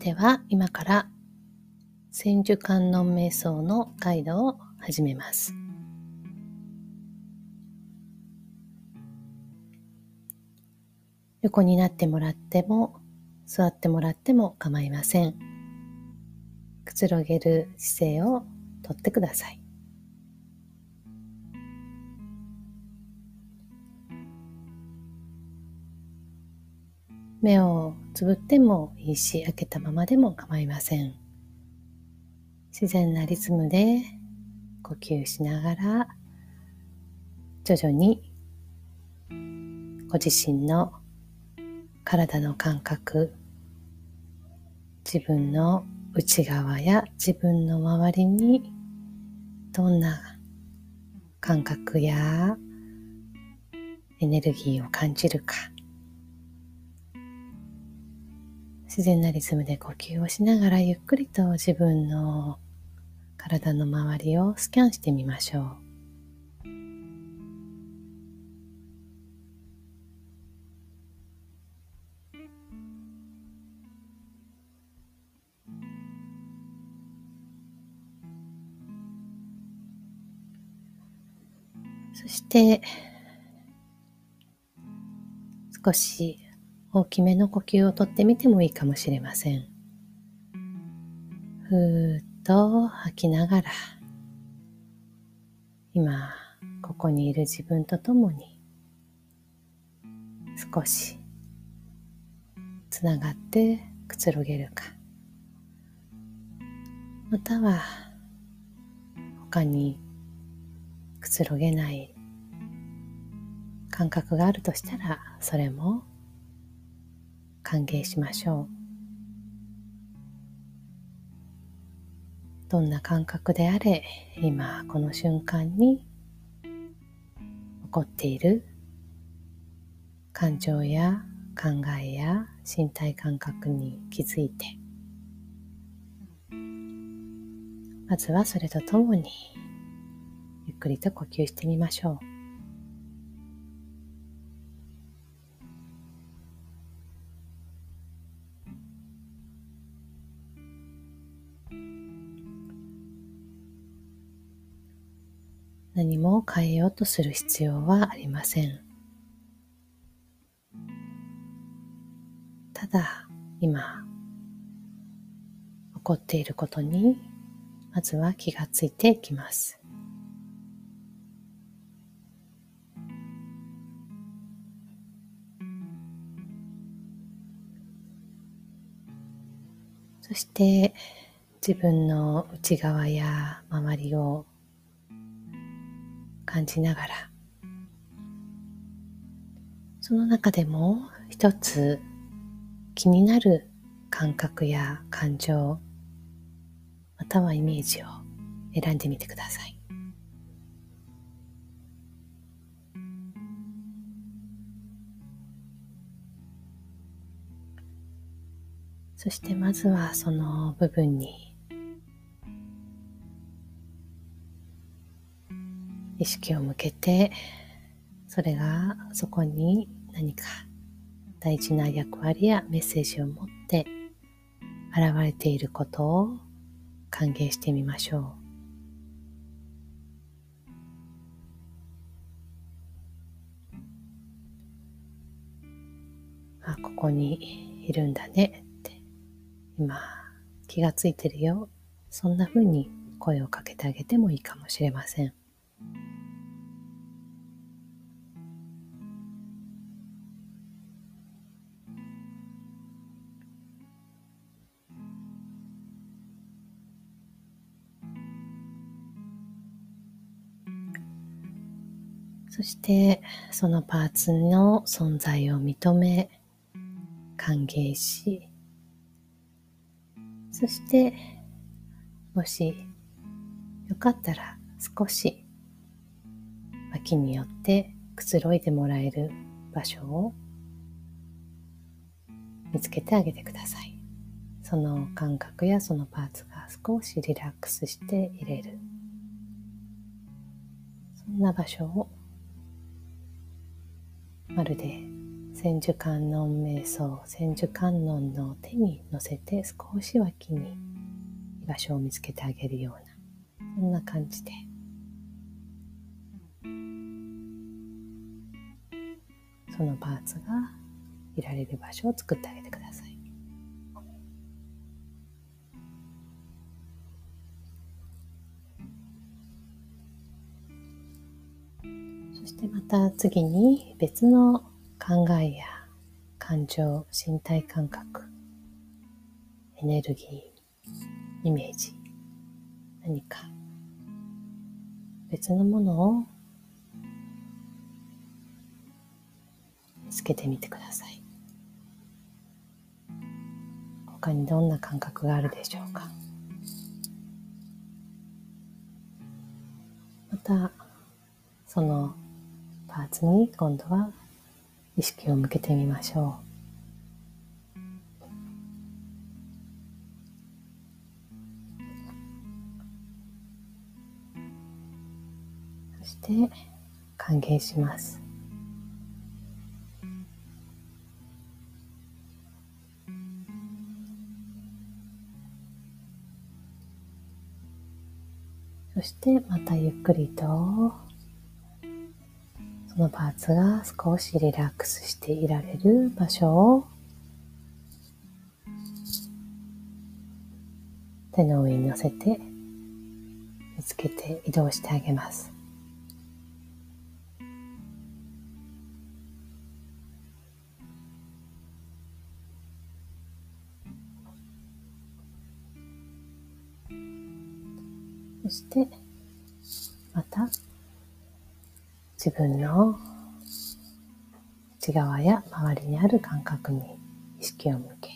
では今から千手観音瞑想のガイドを始めます。横になってもらっても座ってもらっても構いません。くつろげる姿勢をとってください。目をつぶってもいいし、開けたままでも構いません。自然なリズムで呼吸しながら、徐々にご自身の体の感覚、自分の内側や自分の周りにどんな感覚やエネルギーを感じるか、自然なリズムで呼吸をしながらゆっくりと自分の体の周りをスキャンしてみましょう。そして少し大きめの呼吸をとってみてもいいかもしれません。ふーっと吐きながら、今ここにいる自分と共に少しつながってくつろげるか、または他にくつろげない感覚があるとしたら、それも歓迎しましょう。どんな感覚であれ、今この瞬間に起こっている感情や考えや身体感覚に気づいて、まずはそれとともにゆっくりと呼吸してみましょう。何も変えようとする必要はありません。ただ今起こっていることにまずは気がついていきます。そして自分の内側や周りを感じながら、その中でも一つ気になる感覚や感情、またはイメージを選んでみてください。そしてまずはその部分に意識を向けて、それがそこに何か大事な役割やメッセージを持って現れていることを歓迎してみましょう。ここにいるんだねって、今気がついてるよ、そんな風に声をかけてあげてもいいかもしれません。そしてそのパーツの存在を認め歓迎し、そしてもしよかったら少し脇によってくつろいでもらえる場所を見つけてあげてください。その感覚やそのパーツが少しリラックスしていれる、そんな場所をまるで千手観音瞑想、千手観音の手に乗せて少し脇に居場所を見つけてあげるような、そんな感じでそのパーツがいられる場所を作ってあげてください。そしてまた次に別の考えや感情、身体感覚、エネルギー、イメージ、何か別のものを見つけてみてください。他にどんな感覚があるでしょうか。またそのパーツに今度は意識を向けてみましょう。そして歓迎します。そしてまたゆっくりとそのパーツが少しリラックスしていられる場所を手の上に乗せて見つけて移動してあげます。そしてまた自分の内側や周りにある感覚に意識を向け、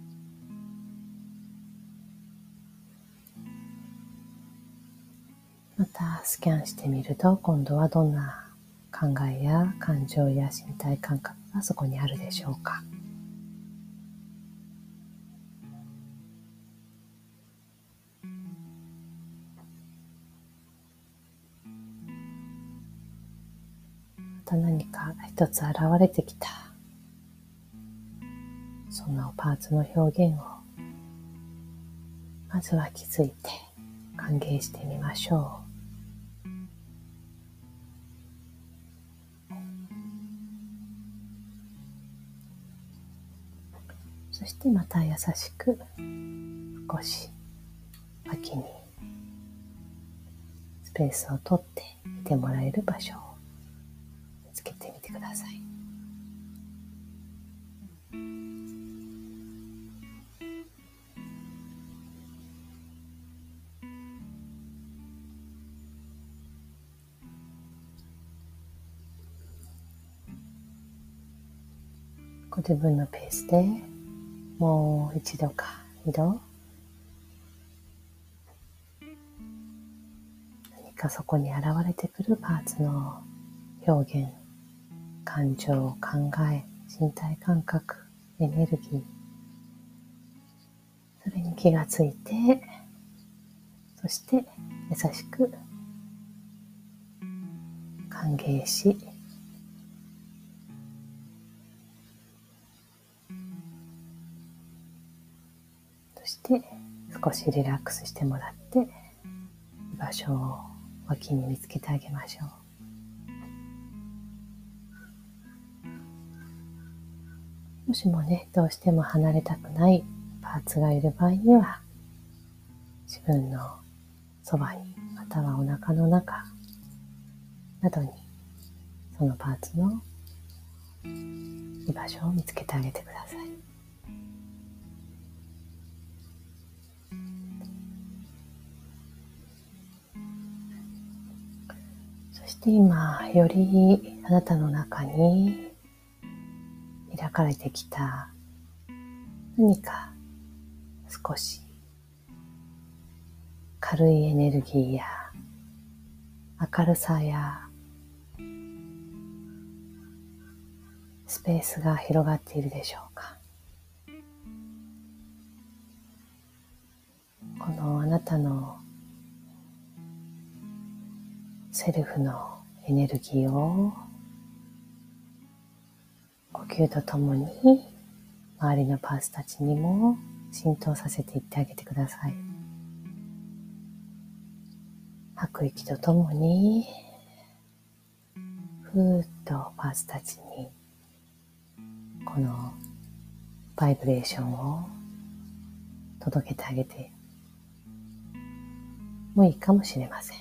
またスキャンしてみると今度はどんな考えや感情や身体感覚がそこにあるでしょうか。また何か一つ現れてきたそのパーツの表現をまずは気づいて歓迎してみましょう。そしてまた優しく少し脇にスペースを取って見てもらえる場所を見つけてみてください。ご自分のペースでもう一度か二度何かそこに現れてくるパーツの表現、感情、考え、身体感覚、エネルギー、それに気がついて、そして優しく歓迎し、そして少しリラックスしてもらって居場所を脇に見つけてあげましょう。もしもね、どうしても離れたくないパーツがいる場合には、自分のそばに、またはお腹の中などに、そのパーツの居場所を見つけてあげてください。そして今、よりあなたの中に開かれてきた何か少し軽いエネルギーや明るさやスペースが広がっているでしょうか。このあなたのセルフのエネルギーを呼吸とともに周りのパーツたちにも浸透させていってあげてください。吐く息とともにふーっとパーツたちにこのバイブレーションを届けてあげてもいいかもしれません。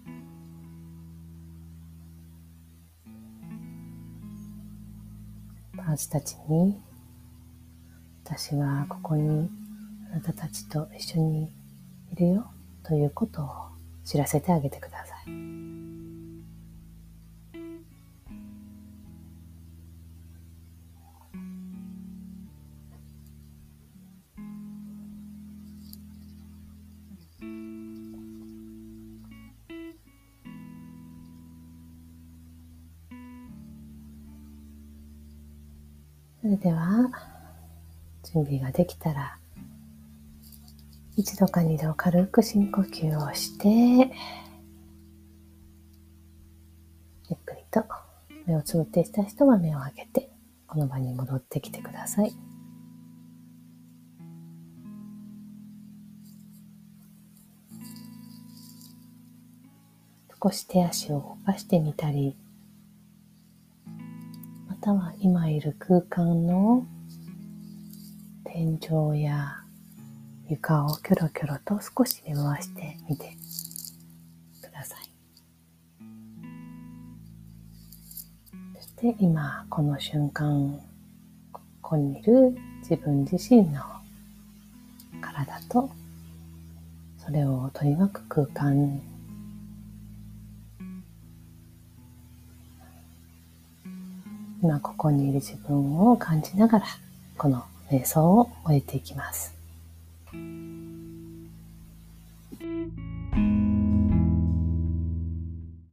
パーツたちに、私はここにあなたたちと一緒にいるよということを知らせてあげてください。それでは準備ができたら一度か二度軽く深呼吸をしてゆっくりと目をつぶっていた人は目を開けてこの場に戻ってきてください。少し手足を動かしてみたり、または今いる空間の天井や床をキョロキョロと少し見回してみてください。そして今この瞬間、ここにいる自分自身の体とそれを取り巻く空間、今ここにいる自分を感じながらこの瞑想を終えていきます。